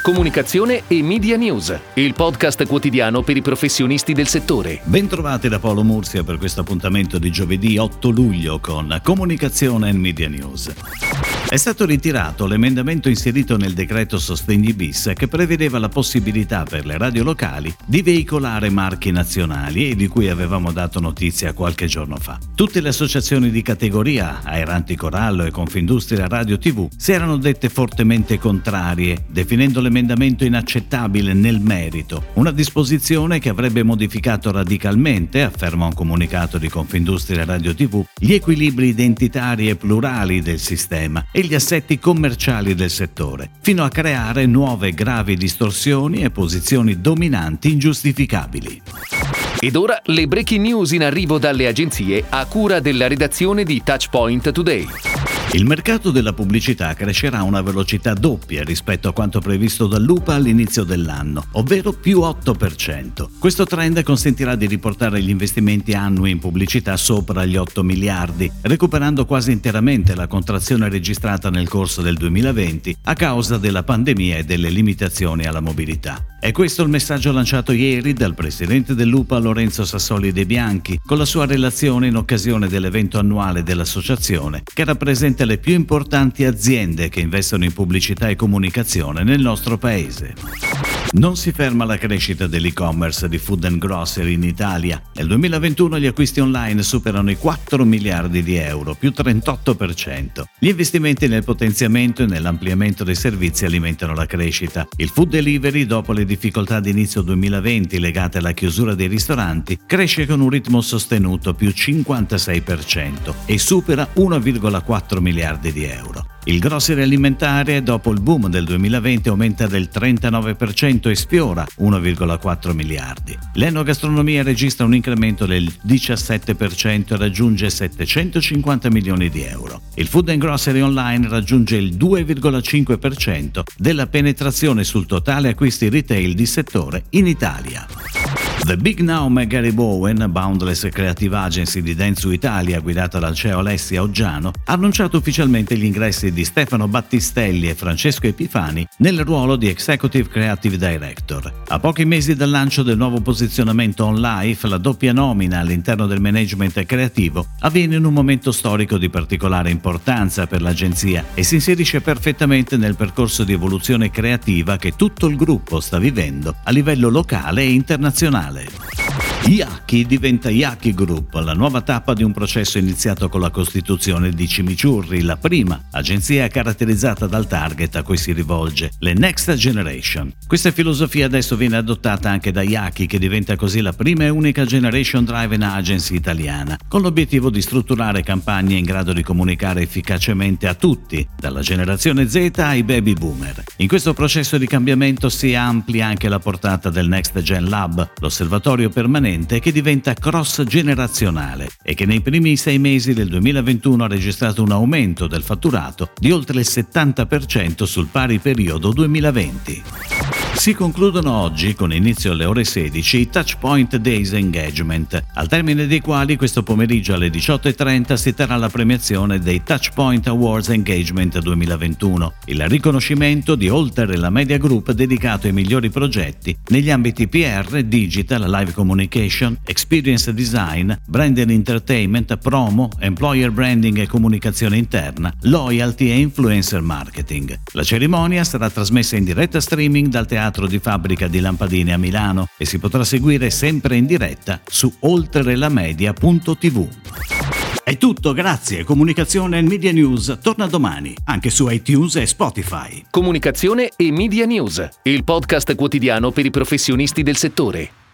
Comunicazione e Media News, il podcast quotidiano per i professionisti del settore. Bentrovati da Paolo Murcia per questo appuntamento di giovedì 8 luglio con Comunicazione e Media News. È stato ritirato l'emendamento inserito nel decreto Sostegni bis che prevedeva la possibilità per le radio locali di veicolare marchi nazionali e di cui avevamo dato notizia qualche giorno fa. Tutte le associazioni di categoria, Aeranti Corallo e Confindustria Radio TV, si erano dette fortemente contrarie, definendo l'emendamento inaccettabile nel merito, una disposizione che avrebbe modificato radicalmente, afferma un comunicato di Confindustria Radio TV, gli equilibri identitari e plurali del sistema e gli assetti commerciali del settore, fino a creare nuove gravi distorsioni e posizioni dominanti ingiustificabili. Ed ora le breaking news in arrivo dalle agenzie a cura della redazione di Touchpoint Today. Il mercato della pubblicità crescerà a una velocità doppia rispetto a quanto previsto dall'UPA all'inizio dell'anno, ovvero più 8%. Questo trend consentirà di riportare gli investimenti annui in pubblicità sopra gli 8 miliardi, recuperando quasi interamente la contrazione registrata nel corso del 2020 a causa della pandemia e delle limitazioni alla mobilità. È questo il messaggio lanciato ieri dal presidente dell'UPA Lorenzo Sassoli De Bianchi con la sua relazione in occasione dell'evento annuale dell'associazione che rappresenta le più importanti aziende che investono in pubblicità e comunicazione nel nostro paese. Non si ferma la crescita dell'e-commerce di food and grocery in Italia. Nel 2021 gli acquisti online superano i 4 miliardi di euro, più 38%. Gli investimenti nel potenziamento e nell'ampliamento dei servizi alimentano la crescita. Il food delivery, dopo le difficoltà di inizio 2020 legate alla chiusura dei ristoranti, cresce con un ritmo sostenuto, più 56%, e supera 1,4 miliardi di euro. Il grocery alimentare, dopo il boom del 2020, aumenta del 39% e sfiora 1,4 miliardi. L'enogastronomia registra un incremento del 17% e raggiunge 750 milioni di euro. Il food and grocery online raggiunge il 2,5% della penetrazione sul totale acquisti retail di settore in Italia. The Big Now Gary Bowen, Boundless Creative Agency di Dentsu Italia, guidata dal CEO Alessia Oggiano, ha annunciato ufficialmente gli ingressi di Stefano Battistelli e Francesco Epifani nel ruolo di Executive Creative Director. A pochi mesi dal lancio del nuovo posizionamento On Life, la doppia nomina all'interno del management creativo avviene in un momento storico di particolare importanza per l'agenzia e si inserisce perfettamente nel percorso di evoluzione creativa che tutto il gruppo sta vivendo a livello locale e internazionale. Yaki diventa Yaki Group, la nuova tappa di un processo iniziato con la costituzione di Cimiciurri, la prima agenzia caratterizzata dal target a cui si rivolge, le Next Generation. Questa filosofia adesso viene adottata anche da Yaki, che diventa così la prima e unica Generation Driven Agency italiana, con l'obiettivo di strutturare campagne in grado di comunicare efficacemente a tutti, dalla generazione Z ai baby boomer. In questo processo di cambiamento si amplia anche la portata del Next Gen Lab, l'osservatorio permanente che diventa cross-generazionale e che nei primi 6 mesi del 2021 ha registrato un aumento del fatturato di oltre il 70% sul pari periodo 2020. Si concludono oggi, con inizio alle ore 16, i Touchpoint Days Engagement, al termine dei quali questo pomeriggio alle 18:30 si terrà la premiazione dei Touchpoint Awards Engagement 2021, il riconoscimento di Oltre la Media Group dedicato ai migliori progetti negli ambiti PR, Digital, Live Communication, Experience Design, Brand and Entertainment, Promo, Employer Branding e Comunicazione Interna, Loyalty e Influencer Marketing. La cerimonia sarà trasmessa in diretta streaming dal Teatro di Fabbrica di Lampadine a Milano e si potrà seguire sempre in diretta su oltrelamedia.tv. È tutto, grazie. Comunicazione e Media News torna domani, anche su iTunes e Spotify. Comunicazione e Media News, il podcast quotidiano per i professionisti del settore.